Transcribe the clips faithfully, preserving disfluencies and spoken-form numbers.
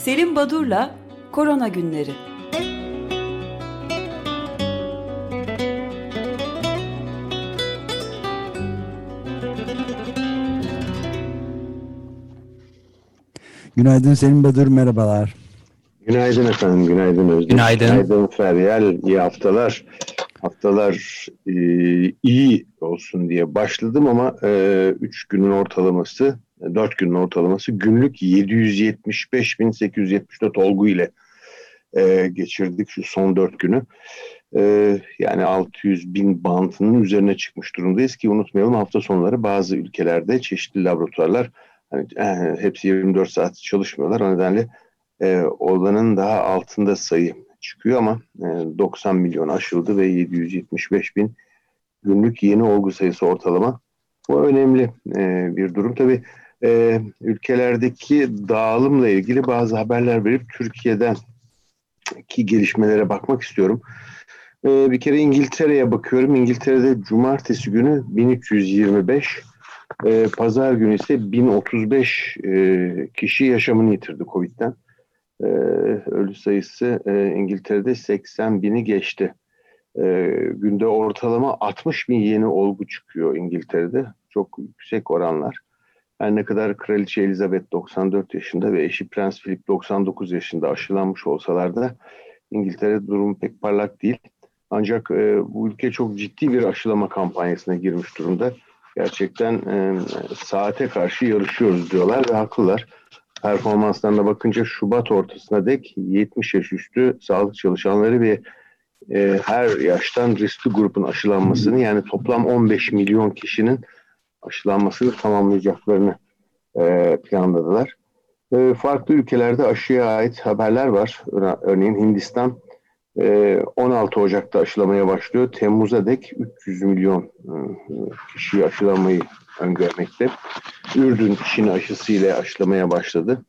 Selim Badur'la Korona Günleri. Günaydın Selim Badur, merhabalar. Günaydın efendim, günaydın Özlem. Günaydın. Günaydın Feryal, iyi haftalar. Haftalar e, iyi olsun diye başladım ama e, üç günün ortalaması, dört günün ortalaması günlük yedi yüz yetmiş beş bin sekiz yüz yetmiş dört olgu ile e, geçirdik şu son dört günü. E, yani altı yüz bin bandının üzerine çıkmış durumdayız ki unutmayalım, hafta sonları bazı ülkelerde çeşitli laboratuvarlar hani, e, hepsi yirmi dört saat çalışmıyorlar. O nedenle e, olanın daha altında sayı çıkıyor ama e, doksan milyon aşıldı ve yedi yüz yetmiş beş bin günlük yeni olgu sayısı ortalama. Bu önemli e, bir durum. Tabii e, ülkelerdeki dağılımla ilgili bazı haberler verip Türkiye'den ki gelişmelere bakmak istiyorum. E, bir kere İngiltere'ye bakıyorum. İngiltere'de cumartesi günü bin üç yüz yirmi beş, e, pazar günü ise bin otuz beş e, kişi yaşamını yitirdi Covid'den. E, ölü sayısı e, İngiltere'de seksen bini geçti. E, günde ortalama altmış bin yeni olgu çıkıyor İngiltere'de. Çok yüksek oranlar. Her ne kadar Kraliçe Elizabeth doksan dört yaşında ve eşi Prens Philip doksan dokuz yaşında aşılanmış olsalar da İngiltere durumu pek parlak değil. Ancak e, bu ülke çok ciddi bir aşılama kampanyasına girmiş durumda. Gerçekten e, saate karşı yarışıyoruz diyorlar ve haklılar. Performanslarına bakınca Şubat ortasına dek yetmiş yaş üstü sağlık çalışanları ve e, her yaştan riskli grubun aşılanmasını, yani toplam on beş milyon kişinin aşılanmasını tamamlayacaklarını e, planladılar. E, farklı ülkelerde aşıya ait haberler var. Örneğin Hindistan e, on altı Ocak'ta aşılamaya başlıyor. Temmuz'a dek üç yüz milyon e, kişiyi aşılamayı öngörmekte. Ürdün Çin aşısıyla aşılamaya başladı.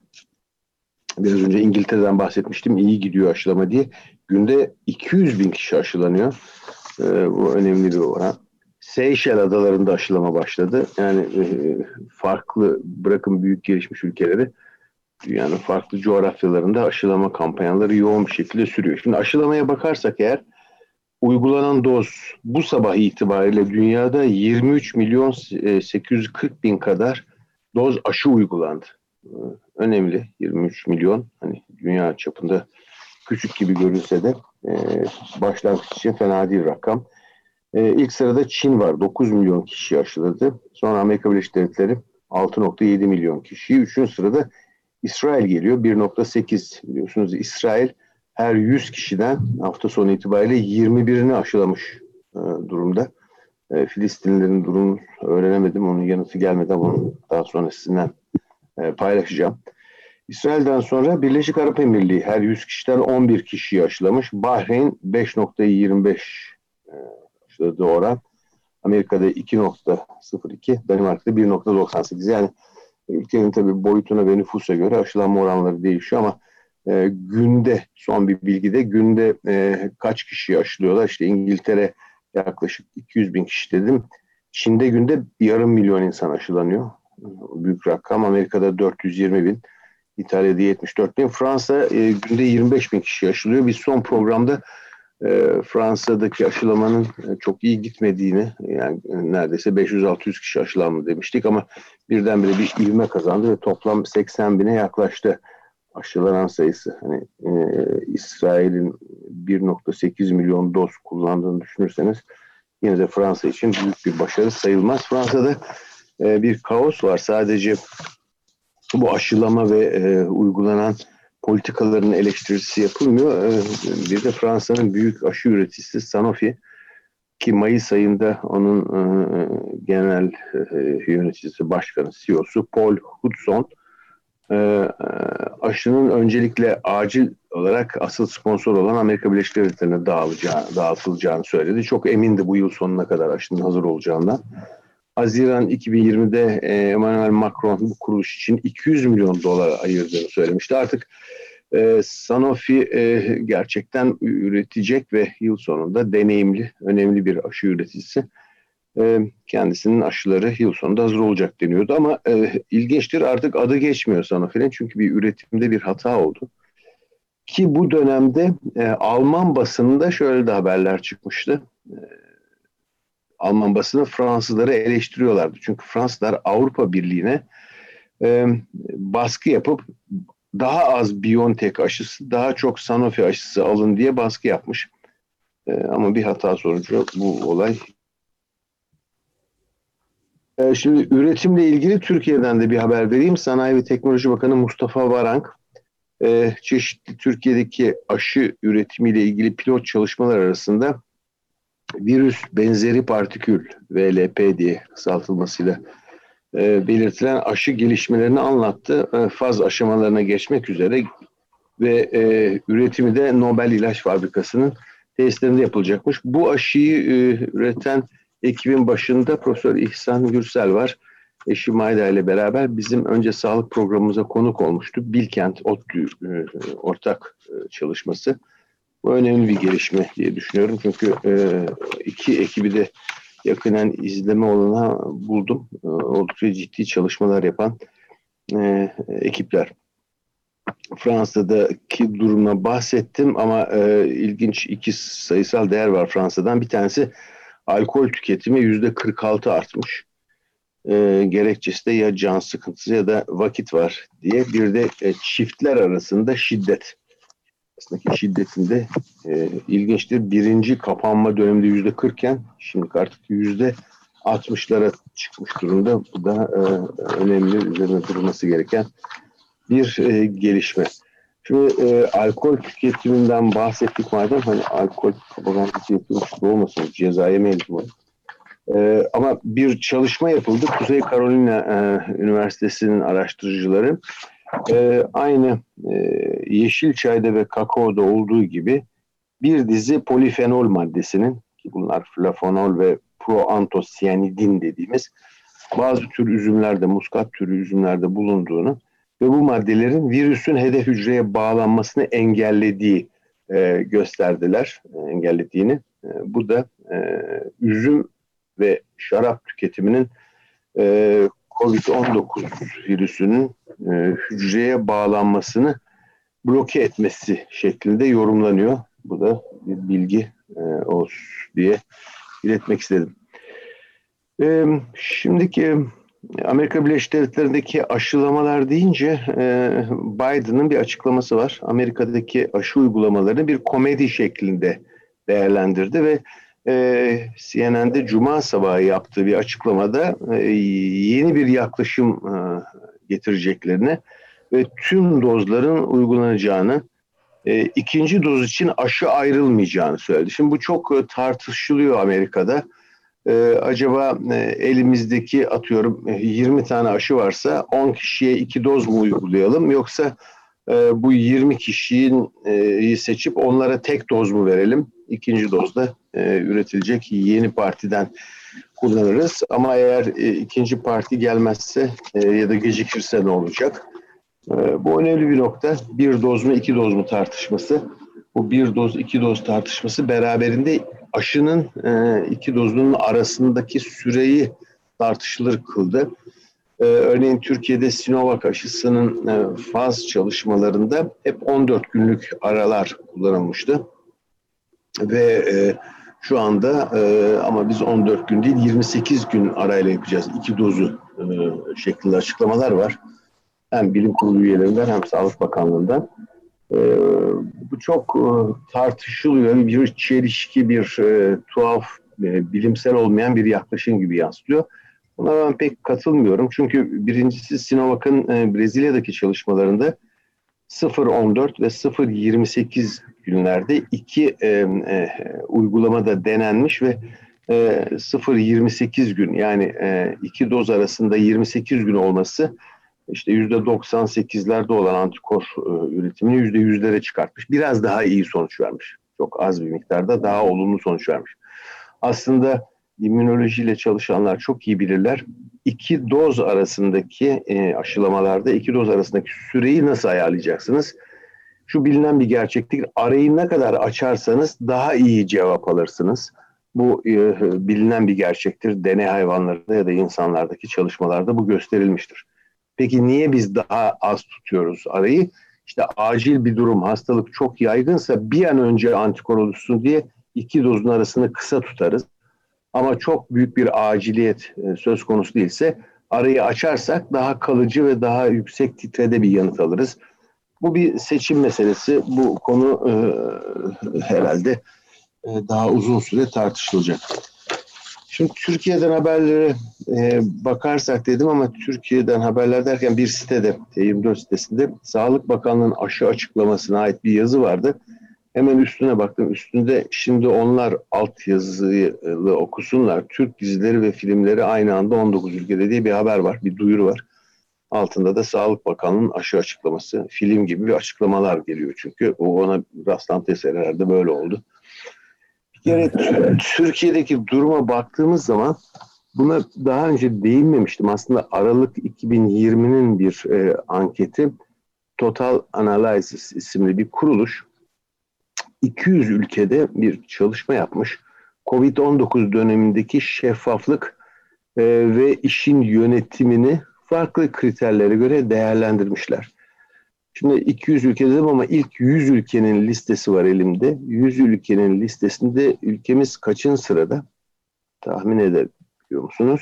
Biraz önce İngiltere'den bahsetmiştim. İyi gidiyor aşılama diye. Günde iki yüz bin kişi aşılanıyor. Ee, bu önemli bir oran. Seyşel adalarında aşılama başladı. Yani e, farklı, bırakın büyük gelişmiş ülkeleri, yani farklı coğrafyalarında aşılama kampanyaları yoğun bir şekilde sürüyor. Şimdi aşılamaya bakarsak eğer, uygulanan doz bu sabah itibariyle dünyada yirmi üç milyon sekiz yüz kırk bin kadar doz aşı uygulandı. Önemli, yirmi üç milyon, hani dünya çapında küçük gibi görünse de e, başlangıç için fena değil rakam. E, ilk sırada Çin var, dokuz milyon kişi aşıladı. Sonra Amerika Birleşik Devletleri altı nokta yedi milyon kişiyi. Üçüncü sırada İsrail geliyor, bir nokta sekiz. Biliyorsunuz İsrail her yüz kişiden hafta sonu itibariyle yirmi birini aşılamış e, durumda. E, Filistinlilerin durumunu öğrenemedim, onun yanıtı gelmedi ama onu daha sonra sizinle e, paylaşacağım. İsrail'den sonra Birleşik Arap Emirliği her yüz kişiden on bir kişiyi aşılamış. Bahreyn beş nokta yirmi beş e, aşıladığı oran. Amerika'da iki nokta sıfır iki, Danimarka'da bir nokta doksan sekiz. Yani ülkenin tabii boyutuna ve nüfusa göre aşılanma oranları değişiyor ama e, günde, son bir bilgide günde e, kaç kişiyi aşılıyorlar? İşte İngiltere yaklaşık iki yüz bin kişi dedim. Çin'de günde yarım milyon insan aşılanıyor. Büyük rakam. Amerika'da dört yüz yirmi bin. İtalya'da yetmiş dört bin. Fransa e, günde yirmi beş bin kişi aşılıyor. Biz son programda e, Fransa'daki aşılamanın e, çok iyi gitmediğini, yani e, neredeyse beş yüz altı yüz kişi aşılandı demiştik ama birdenbire bir ivme kazandı ve toplam seksen bine yaklaştı aşılanan sayısı. Hani e, İsrail'in bir nokta sekiz milyon doz kullandığını düşünürseniz yine de Fransa için büyük bir başarı sayılmaz. Fransa'da e, bir kaos var. Sadece bu aşılama ve e, uygulanan politikaların eleştirisi yapılmıyor. E, bir de Fransa'nın büyük aşı üreticisi Sanofi, ki Mayıs ayında onun e, genel e, yöneticisi, başkanı, C E O'su Paul Hudson e, aşının öncelikle acil olarak asıl sponsor olan Amerika Birleşik Devletleri'ne dağılacağı, dağıtılacağını söyledi. Çok emindi bu yıl sonuna kadar aşının hazır olacağından. Haziran iki bin yirmide Emmanuel Macron bu kuruluş için iki yüz milyon dolar ayırdığını söylemişti. Artık e, Sanofi e, gerçekten üretecek ve yıl sonunda deneyimli, önemli bir aşı üreticisi. e, kendisinin aşıları yıl sonunda hazır olacak deniyordu. Ama e, ilginçtir, artık adı geçmiyor Sanofi'nin, çünkü bir üretimde bir hata oldu. Ki bu dönemde e, Alman basınında şöyle de haberler çıkmıştı. E, Alman basını Fransızları eleştiriyorlardı. Çünkü Fransızlar Avrupa Birliği'ne e, baskı yapıp daha az BioNTech aşısı, daha çok Sanofi aşısı alın diye baskı yapmış. E, ama bir hata sonucu bu olay. E, şimdi üretimle ilgili Türkiye'den de bir haber vereyim. Sanayi ve Teknoloji Bakanı Mustafa Varank, e, çeşitli Türkiye'deki aşı üretimiyle ilgili pilot çalışmalar arasında virüs benzeri partikül, V L P diye kısaltılmasıyla e, belirtilen aşı gelişmelerini anlattı. E, faz aşamalarına geçmek üzere ve e, üretimi de Nobel İlaç Fabrikası'nın tesislerinde yapılacakmış. Bu aşıyı e, üreten ekibin başında Profesör İhsan Gürsel var. Eşi Mayda ile beraber bizim önce sağlık programımıza konuk olmuştu. Bilkent ODTÜ e, ortak e, çalışması. Bu önemli bir gelişme diye düşünüyorum. Çünkü e, iki ekibi de yakından izleme olanağı buldum. E, oldukça ciddi çalışmalar yapan e, ekipler. Fransa'daki durumuna bahsettim ama e, ilginç iki sayısal değer var Fransa'dan. Bir tanesi, alkol tüketimi yüzde kırk altı artmış. E, gerekçesi de ya can sıkıntısı ya da vakit var diye. Bir de e, çiftler arasında şiddet. Aslında şiddetinde e, ilginçtir. Birinci kapanma döneminde yüzde kırk iken şimdi artık yüzde altmışlara çıkmış durumda. Bu da e, önemli, üzerine durulması gereken bir e, gelişme. Şimdi e, alkol tüketiminden bahsettik madem, hani alkol propagandası yapıyormuş gibi olmasın, cezaya mevzu. E, ama bir çalışma yapıldı. Kuzey Carolina e, Üniversitesi'nin araştırıcıları e, aynı e, yeşil çayda ve kakaoda olduğu gibi bir dizi polifenol maddesinin, ki bunlar flavonol ve proantosiyanidin dediğimiz bazı tür üzümlerde, muskat türü üzümlerde bulunduğunu ve bu maddelerin virüsün hedef hücreye bağlanmasını engellediği e, gösterdiler, e, engellediğini. E, bu da e, üzüm ve şarap tüketiminin e, kovid on dokuz virüsünün e, hücreye bağlanmasını bloke etmesi şeklinde yorumlanıyor. Bu da bir bilgi e, olsun diye iletmek istedim. E, şimdiki Amerika Birleşik Devletleri'ndeki aşılamalar deyince e, Biden'ın bir açıklaması var. Amerika'daki aşı uygulamalarını bir komedi şeklinde değerlendirdi ve e, C N N'de Cuma sabahı yaptığı bir açıklamada e, yeni bir yaklaşım e, getireceklerini ve tüm dozların uygulanacağını, e, ikinci doz için aşı ayrılmayacağını söyledi. Şimdi bu çok e, tartışılıyor Amerika'da. Ee, acaba e, elimizdeki atıyorum e, yirmi tane aşı varsa on kişiye iki doz mu uygulayalım, yoksa e, bu yirmi kişiyi e, seçip onlara tek doz mu verelim? İkinci dozda e, üretilecek yeni partiden kullanırız. Ama eğer e, ikinci parti gelmezse e, ya da gecikirse ne olacak? E, bu önemli bir nokta. Bir doz mu iki doz mu tartışması. Bu bir doz iki doz tartışması beraberinde aşının e, iki dozunun arasındaki süreyi tartışılır kıldı. E, örneğin Türkiye'de Sinovac aşısının e, faz çalışmalarında hep on dört günlük aralar kullanılmıştı. Ve e, şu anda e, ama biz on dört gün değil yirmi sekiz gün arayla yapacağız iki dozu e, şeklinde açıklamalar var. Hem bilim kurulu üyelerinden hem Sağlık Bakanlığı'ndan. Ee, bu çok e, tartışılıyor. Bir çelişki, bir e, tuhaf, e, bilimsel olmayan bir yaklaşım gibi yansıtıyor. Buna ben pek katılmıyorum. Çünkü birincisi Sinovac'ın e, Brezilya'daki çalışmalarında sıfır on dört ve sıfır yirmi sekiz günlerde iki e, e, uygulamada denenmiş ve e, sıfır yirmi sekiz gün, yani e, iki doz arasında yirmi sekiz gün olması İşte yüzde doksan sekizlerde olan antikor e, üretimini yüzde yüzlere çıkartmış. Biraz daha iyi sonuç vermiş. Çok az bir miktarda daha olumlu sonuç vermiş. Aslında immünolojiyle çalışanlar çok iyi bilirler. İki doz arasındaki e, aşılamalarda iki doz arasındaki süreyi nasıl ayarlayacaksınız? Şu bilinen bir gerçeklik. Arayı ne kadar açarsanız daha iyi cevap alırsınız. Bu e, bilinen bir gerçektir. Deney hayvanlarında ya da insanlardaki çalışmalarda bu gösterilmiştir. Peki niye biz daha az tutuyoruz arayı? İşte acil bir durum, hastalık çok yaygınsa bir an önce antikor oluşsun diye iki dozun arasını kısa tutarız. Ama çok büyük bir aciliyet e, söz konusu değilse arayı açarsak daha kalıcı ve daha yüksek titrede bir yanıt alırız. Bu bir seçim meselesi. Bu konu e, herhalde e, daha uzun süre tartışılacak. Şimdi Türkiye'den haberlere e, bakarsak dedim ama Türkiye'den haberler derken bir sitede, T yirmi dört sitesinde Sağlık Bakanlığı'nın aşı açıklamasına ait bir yazı vardı. Hemen üstüne baktım. Üstünde şimdi onlar alt yazılı okusunlar. Türk dizileri ve filmleri aynı anda on dokuz ülkede diye bir haber var, bir duyuru var. Altında da Sağlık Bakanlığı'nın aşı açıklaması, film gibi bir açıklamalar geliyor çünkü. O ona rastlantı eseri herhalde böyle oldu. Bir kere Türkiye'deki duruma baktığımız zaman buna daha önce değinmemiştim. Aslında Aralık iki bin yirminin bir e, anketi, Total Analysis isimli bir kuruluş iki yüz ülkede bir çalışma yapmış. kovid on dokuz dönemindeki şeffaflık e, ve işin yönetimini farklı kriterlere göre değerlendirmişler. Şimdi iki yüz ülke dedim ama ilk yüz ülkenin listesi var elimde. yüz ülkenin listesinde ülkemiz kaçıncı sırada? Tahmin edebiliyor musunuz?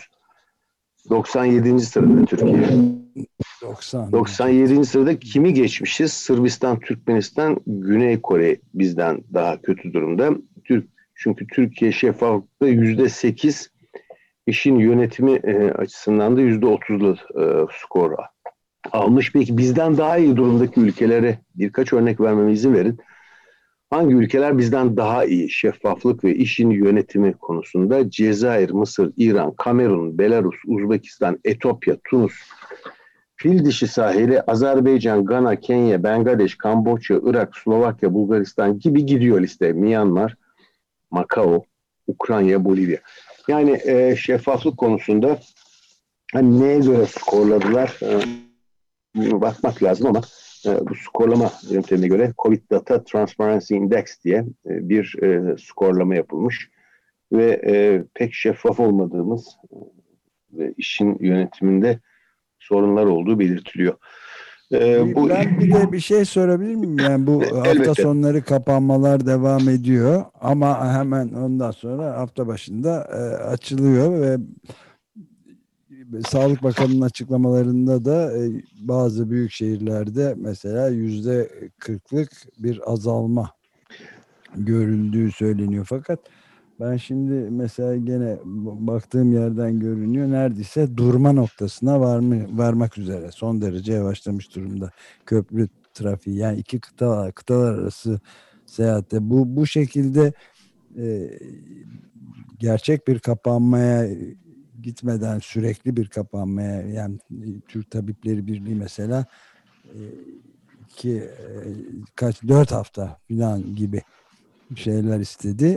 doksan yedinci sırada Türkiye. doksan. doksan yedinci sırada kimi geçmişiz? Sırbistan, Türkmenistan, Güney Kore bizden daha kötü durumda. Türk, çünkü Türkiye şeffaflıkta yüzde sekiz, işin yönetimi e, açısından da yüzde otuzlu e, skor almış. Peki bizden daha iyi durumdaki ülkelere birkaç örnek vermeme izin verin. Hangi ülkeler bizden daha iyi şeffaflık ve işin yönetimi konusunda? Cezayir, Mısır, İran, Kamerun, Belarus, Uzbekistan, Etiyopya, Tunus, Fil Dişi Sahili, Azerbaycan, Gana, Kenya, Bangladeş, Kamboçya, Irak, Slovakya, Bulgaristan gibi gidiyor liste. Myanmar, Macao, Ukrayna, Bolivya. Yani e, şeffaflık konusunda hani neye göre skorladılar e, bakmak lazım ama e, bu skorlama yöntemine göre Covid Data Transparency Index diye e, bir e, skorlama yapılmış ve e, pek şeffaf olmadığımız e, ve işin yönetiminde sorunlar olduğu belirtiliyor. Ee, bu... Ben bir de bir şey sorabilir miyim? Yani bu hafta Elbette. sonları kapanmalar devam ediyor ama hemen ondan sonra hafta başında e, açılıyor ve Sağlık Bakanı'nın açıklamalarında da e, bazı büyük şehirlerde mesela yüzde kırklık bir azalma görüldüğü söyleniyor. Fakat ben şimdi mesela gene baktığım yerden görünüyor, neredeyse durma noktasına varma, varmak üzere. Son derece yavaşlamış durumda köprü trafiği, yani iki kıta kıtalar arası seyahatte bu bu şekilde e, gerçek bir kapanmaya gitmeden sürekli bir kapanmaya, yani Türk Tabipleri Birliği mesela e, iki e, kaç dört hafta falan gibi şeyler istedi.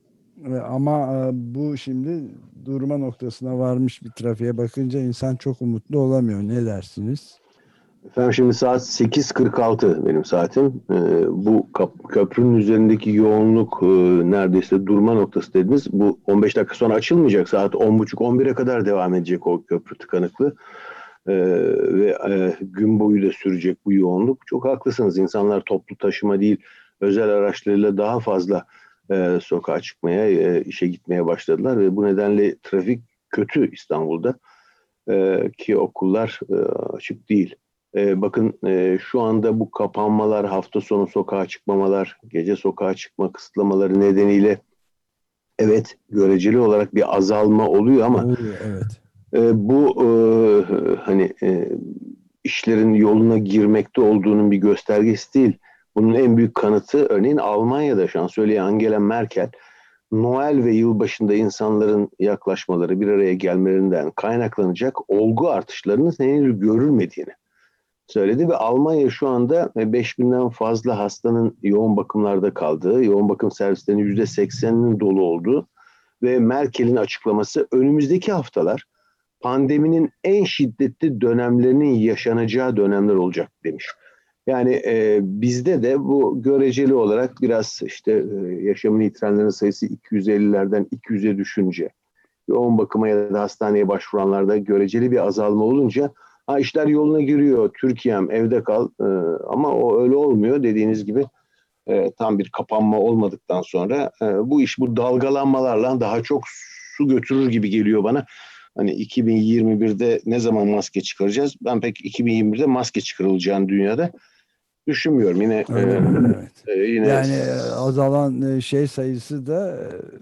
Ama bu şimdi durma noktasına varmış bir trafiğe bakınca insan çok umutlu olamıyor. Ne dersiniz? Efendim şimdi saat sekiz kırk altı benim saatim. Ee, bu köprünün üzerindeki yoğunluk e, neredeyse durma noktası dediniz. Bu on beş dakika sonra açılmayacak. Saat on buçuk on bire kadar devam edecek o köprü tıkanıklığı. Ee, ve e, gün boyu da sürecek bu yoğunluk. Çok haklısınız. İnsanlar toplu taşıma değil, özel araçlarıyla daha fazla e, sokağa çıkmaya, e, işe gitmeye başladılar ve bu nedenle trafik kötü İstanbul'da. E, ki okullar e, açık değil. E, bakın e, şu anda bu kapanmalar, hafta sonu sokağa çıkmamalar, gece sokağa çıkma kısıtlamaları nedeniyle evet göreceli olarak bir azalma oluyor ama oluyor, evet. e, bu e, hani e, işlerin yoluna girmekte olduğunun bir göstergesi değil. Bunun en büyük kanıtı örneğin Almanya'da şansölye Angela Merkel Noel ve yılbaşında insanların yaklaşmaları, bir araya gelmelerinden kaynaklanacak olgu artışlarının henüz görülmediğini söyledi ve Almanya şu anda beş binden fazla hastanın yoğun bakımlarda kaldığı, yoğun bakım servislerinin yüzde sekseninin dolu olduğu ve Merkel'in açıklaması önümüzdeki haftalar pandeminin en şiddetli dönemlerinin yaşanacağı dönemler olacak demiş. Yani e, bizde de bu göreceli olarak biraz işte e, yaşamını yitirenlerin sayısı iki yüz ellilerden iki yüze düşünce, yoğun bakıma ya da hastaneye başvuranlarda göreceli bir azalma olunca ha işler yoluna giriyor, Türkiye'm evde kal, e, ama o öyle olmuyor dediğiniz gibi. E, tam bir kapanma olmadıktan sonra e, bu iş bu dalgalanmalarla daha çok su götürür gibi geliyor bana. Hani iki bin yirmi birde ne zaman maske çıkaracağız? Ben pek iki bin yirmi birde maske çıkarılacağını dünyada düşünmüyorum. Yine Öyle e, mi? Evet. e, yine Yani e, azalan e, şey sayısı da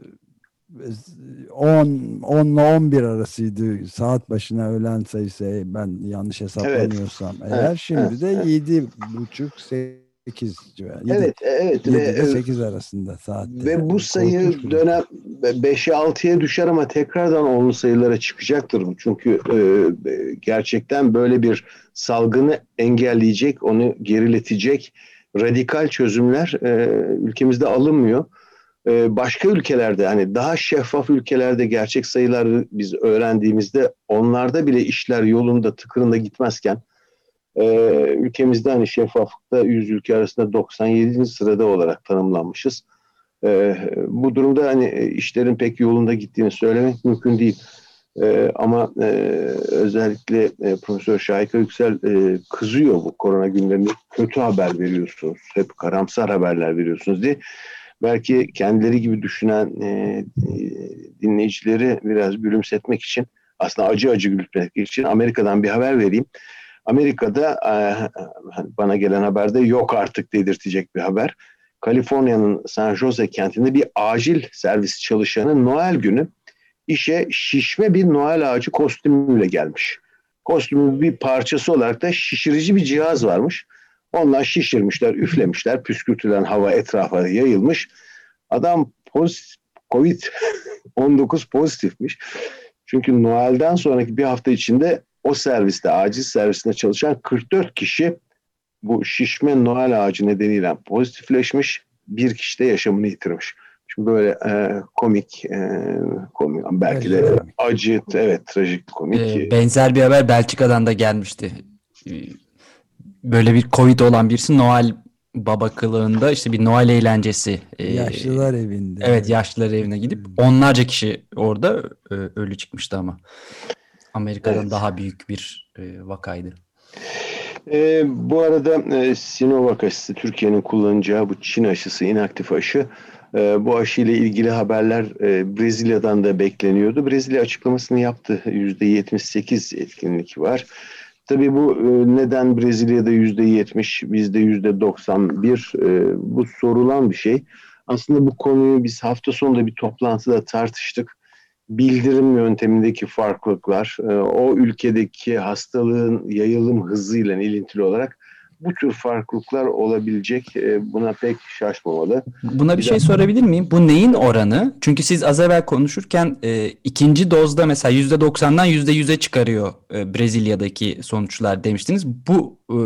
on on ile on bir arasıydı saat başına ölen sayısı, ben yanlış evet, hesaplamıyorsam eğer. evet, Şimdi evet, de evet. yedi buçuk sekiz civarı. Evet, evet ve yedi ile sekiz arasında saatte. ve bu sayı Korkunç bir dönem beşe altıya düşer ama tekrardan onlu sayılara çıkacaktır bu. Çünkü e, gerçekten böyle bir salgını engelleyecek, onu geriletecek radikal çözümler e, ülkemizde alınmıyor. E, başka ülkelerde, hani daha şeffaf ülkelerde gerçek sayıları biz öğrendiğimizde onlarda bile işler yolunda tıkırında gitmezken Ee, ülkemizde hani şeffaflıkta yüz ülke arasında doksan yedinci sırada olarak tanımlanmışız. Ee, bu durumda hani işlerin pek yolunda gittiğini söylemek mümkün değil. Ee, ama e, özellikle e, Profesör Şahika Yüksel e, kızıyor bu korona günlerinde. Kötü haber veriyorsunuz, hep karamsar haberler veriyorsunuz diye. Belki kendileri gibi düşünen e, e, dinleyicileri biraz gülümsetmek için, aslında acı acı gülümsetmek için Amerika'dan bir haber vereyim. Amerika'da bana gelen haberde yok artık dedirtecek bir haber. Kaliforniya'nın San Jose kentinde bir acil servis çalışanı Noel günü işe şişme bir Noel ağacı kostümüyle gelmiş. Kostümün bir parçası olarak da şişirici bir cihaz varmış. Onlar şişirmişler, üflemişler, püskürtülen hava etrafa yayılmış. Adam pozitif, covid on dokuz pozitifmiş. Çünkü Noel'den sonraki bir hafta içinde o serviste, acil servisinde çalışan kırk dört kişi bu şişme Noel ağacı nedeniyle pozitifleşmiş. Bir kişi de yaşamını yitirmiş. Şimdi böyle e, komik, e, komik, belki de trajik. acı, evet trajik komik. Ee, benzer bir haber Belçika'dan da gelmişti. Ee, Böyle bir Covid olan birisi Noel Baba kılığında işte bir Noel eğlencesi. e, Yaşlılar evinde. Evet, yaşlılar evine gidip onlarca kişi orada e, ölü çıkmıştı ama. Amerika'dan Evet. daha büyük bir e, vakaydı. E, bu arada e, Sinovac aşısı, Türkiye'nin kullanacağı bu Çin aşısı, inaktif aşı. E, bu aşı ile ilgili haberler e, Brezilya'dan da bekleniyordu. Brezilya açıklamasını yaptı. yüzde yetmiş sekiz etkinlik var. Tabii bu e, neden Brezilya'da yüzde yetmiş, bizde yüzde doksan bir, e, bu sorulan bir şey. Aslında bu konuyu biz hafta sonunda bir toplantıda tartıştık. Bildirim yöntemindeki farklılıklar, e, o ülkedeki hastalığın yayılım hızıyla ilintili olarak bu tür farklılıklar olabilecek. E, buna pek şaşmamalı. Buna bir şey sorabilir miyim? Bu neyin oranı? Çünkü siz az evvel konuşurken e, ikinci dozda mesela yüzde doksandan yüzde yüze çıkarıyor e, Brezilya'daki sonuçlar demiştiniz. Bu e,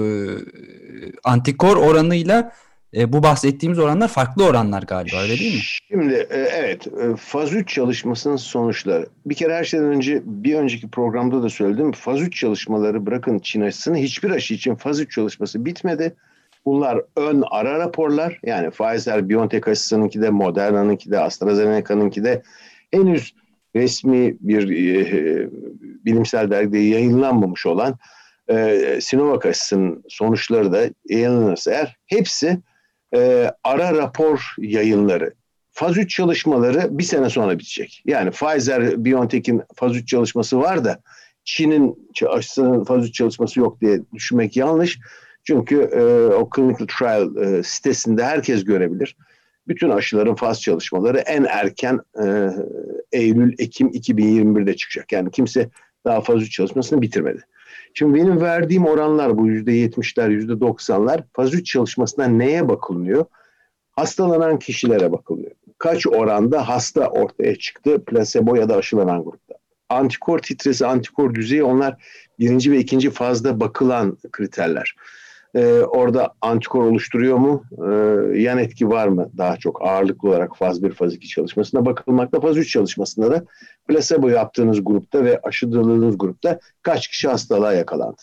antikor oranıyla e, bu bahsettiğimiz oranlar farklı oranlar galiba, öyle değil mi? Şimdi e, evet, e, faz üç çalışmasının sonuçları. Bir kere her şeyden önce bir önceki programda da söyledim. Faz üç çalışmaları, bırakın Çin aşısını, hiçbir aşı için faz üç çalışması bitmedi. Bunlar ön ara raporlar. Yani Pfizer-BioNTech aşısınınki de, Moderna'nınki de, AstraZeneca'nınki de henüz resmi bir e, bilimsel dergide yayınlanmamış olan e, Sinovac aşısının sonuçları da yayınlanırsa eğer, hepsi e, ara rapor yayınları. Faz üç çalışmaları bir sene sonra bitecek. Yani Pfizer-BioNTech'in faz üç çalışması var da Çin'in aşısının faz üç çalışması yok diye düşünmek yanlış. Çünkü e, o Clinical Trial e, sitesinde herkes görebilir. Bütün aşıların faz çalışmaları en erken e, Eylül-Ekim iki bin yirmi birde çıkacak. Yani kimse daha faz üç çalışmasını bitirmedi. Şimdi benim verdiğim oranlar, bu yüzde yetmişler, yüzde doksanlar, faz üç çalışmasına neye bakılıyor? Hastalanan kişilere bakılıyor. Kaç oranda hasta ortaya çıktı plasebo ya da aşılanan grupta? Antikor titresi, antikor düzeyi, onlar birinci ve ikinci fazda bakılan kriterler. Ee, orada antikor oluşturuyor mu? Ee, yan etki var mı? Daha çok ağırlıklı olarak faz bir, faz iki çalışmasına bakılmakta. Faz üç çalışmasında da plasebo yaptığınız grupta ve aşıladığınız grupta kaç kişi hastalığa yakalandı?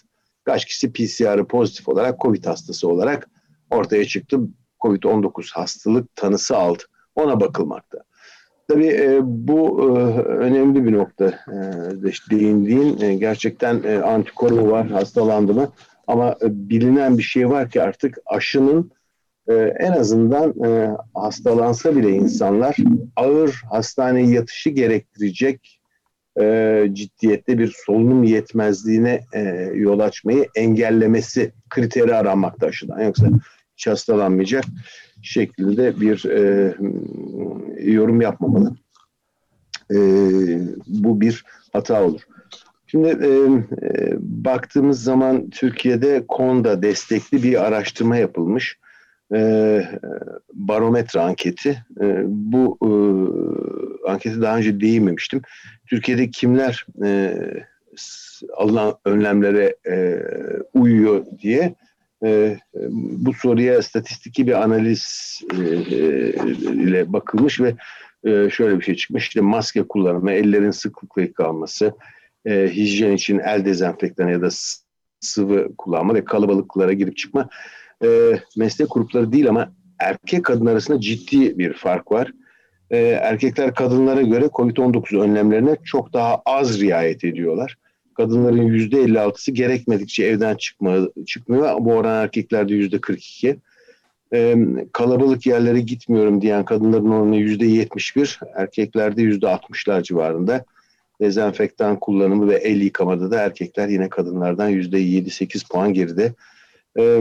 Kaç kişi P C R'ı pozitif olarak Covid hastası olarak ortaya çıktı. Covid on dokuz hastalık tanısı aldı. Ona bakılmakta. Tabii e, bu e, önemli bir nokta e, değindiğin. E, gerçekten e, antikoru var, hastalandı mı? Ama e, bilinen bir şey var ki artık aşının e, en azından e, hastalansa bile insanlar ağır hastaneye yatışı gerektirecek e, ciddiyette bir solunum yetmezliğine e, yol açmayı engellemesi kriteri aranmakta aşıdan. Yoksa hiç hastalanmayacak şeklinde bir e, yorum yapmamalı. E, bu bir hata olur. Şimdi e, e, baktığımız zaman Türkiye'de KONDA destekli bir araştırma yapılmış. E, barometre anketi. E, bu e, anketi daha önce değinmemiştim. Türkiye'de kimler e, alınan önlemlere e, uyuyor diye e, bu soruya statistiki bir analiz e, ile bakılmış ve e, şöyle bir şey çıkmış. İşte maske kullanımı, ellerin sıklıkla yıkanması, e, hijyen için el dezenfektanı ya da sıvı kullanma ve kalabalıklara girip çıkma e, meslek grupları değil ama erkek kadın arasında ciddi bir fark var. E, erkekler kadınlara göre Covid on dokuz önlemlerine çok daha az riayet ediyorlar. Kadınların yüzde elli altısı gerekmedikçe evden çıkma, çıkmıyor. Bu oran erkeklerde yüzde kırk iki. Ee, kalabalık yerlere gitmiyorum diyen kadınların oranı yüzde yetmiş bir. Erkeklerde yüzde altmışlar civarında. Dezenfektan kullanımı ve el yıkamada da erkekler yine kadınlardan yüzde yedi sekiz puan geride. Ee,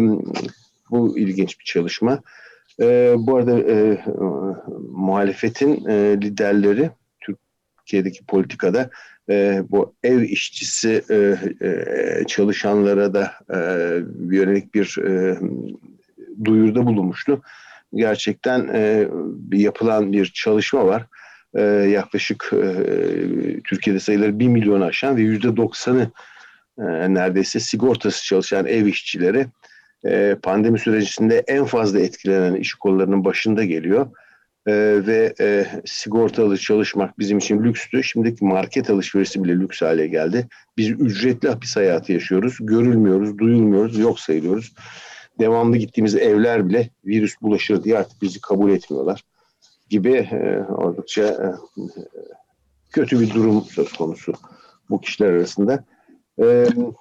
bu ilginç bir çalışma. Ee, bu arada e, muhalefetin e, liderleri Türkiye'deki politikada e, bu ev işçisi e, e, çalışanlara da e, yönelik bir e, duyuruda bulunmuştu. Gerçekten e, yapılan bir çalışma var. E, yaklaşık e, Türkiye'de sayıları bir milyonu aşan ve yüzde doksanı e, neredeyse sigortası çalışan ev işçileri e, pandemi sürecinde en fazla etkilenen iş kollarının başında geliyor. Ee, ve e, sigortalı çalışmak bizim için lükstü. Şimdiki market alışverişi bile lüks hale geldi. Biz ücretli hapis hayatı yaşıyoruz. Görülmüyoruz, duyulmuyoruz, yok sayılıyoruz. Devamlı gittiğimiz evler bile virüs bulaşır diye artık bizi kabul etmiyorlar gibi e, oldukça e, kötü bir durum söz konusu bu kişiler arasında. E,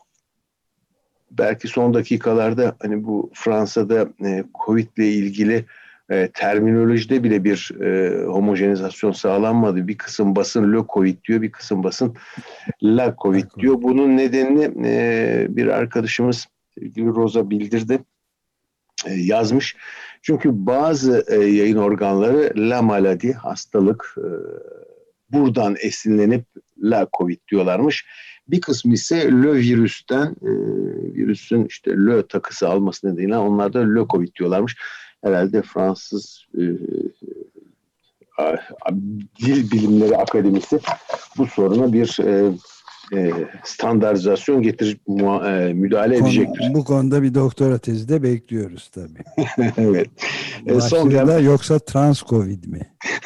belki son dakikalarda hani bu Fransa'da e, Covid ile ilgili E, terminolojide bile bir e, homojenizasyon sağlanmadı. Bir kısım basın le Covid diyor, bir kısım basın la Covid diyor. Bunun nedenini e, bir arkadaşımız sevgili Roza bildirdi, e, yazmış. Çünkü bazı e, yayın organları la maladie, hastalık, e, buradan esinlenip la Covid diyorlarmış. Bir kısmı ise le virüsten, e, virüsün işte le takısı alması nedeniyle onlar da le Covid diyorlarmış. Herhalde Fransız e, e, Dil Bilimleri Akademisi bu soruna bir e, e, standartizasyon getirip mua, e, müdahale Konu, edecektir. Bu konuda bir doktora tezi de bekliyoruz tabii. Evet. E, son da yoksa trans Covid mi?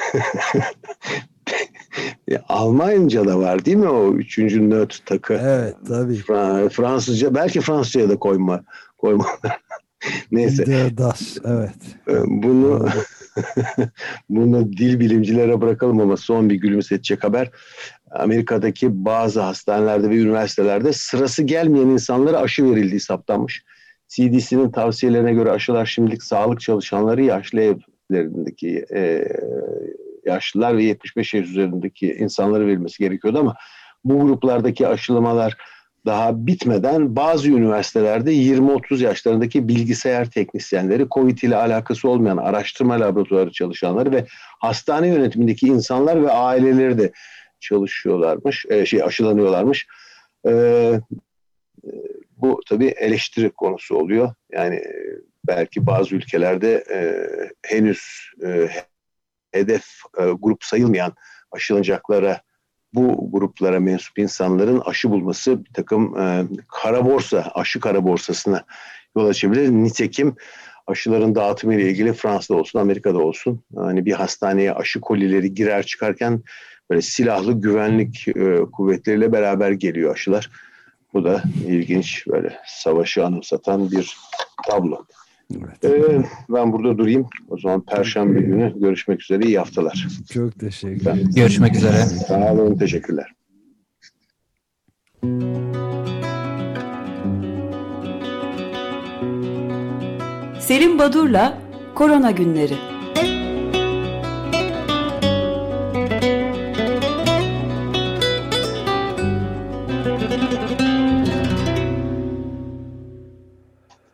e, Almanca da var değil mi o üçüncü nöt takı? Evet tabii. Fra- Fransızca, belki Fransızca'ya da koyma koyma. Neyse. Das, evet. Bunu bunu dil bilimcilere bırakalım ama son bir gülümsetecek haber. Amerika'daki bazı hastanelerde ve üniversitelerde sırası gelmeyen insanlara aşı verildiği saptanmış. C D C'nin tavsiyelerine göre aşılar şimdilik sağlık çalışanları, yaşlı evlerindeki e, yaşlılar ve yetmiş beş yaş üzerindeki insanlara verilmesi gerekiyordu ama bu gruplardaki aşılamalar daha bitmeden bazı üniversitelerde yirmi otuz yaşlarındaki bilgisayar teknisyenleri, Covid ile alakası olmayan araştırma laboratuvarı çalışanları ve hastane yönetimindeki insanlar ve aileleri de çalışıyorlarmış, e, şey aşılanıyorlarmış. E, bu tabii eleştiri konusu oluyor. Yani belki bazı ülkelerde e, henüz e, hedef e, grup sayılmayan aşılanacaklara, bu gruplara mensup insanların aşı bulması bir takım e, kara borsa, aşı kara borsasına yol açabilir. Nitekim aşıların dağıtımı ile ilgili Fransa'da olsun, Amerika'da olsun, hani bir hastaneye aşı kolileri girer çıkarken böyle silahlı güvenlik e, kuvvetleriyle beraber geliyor aşılar. Bu da ilginç, böyle savaşı anımsatan bir tablo. Evet. Ee, ben burada durayım. O zaman Perşembe günü görüşmek üzere. İyi haftalar. Çok teşekkür Ben- ederim. Görüşmek üzere. Sağ olun. Teşekkürler. Selim Badur'la Korona Günleri.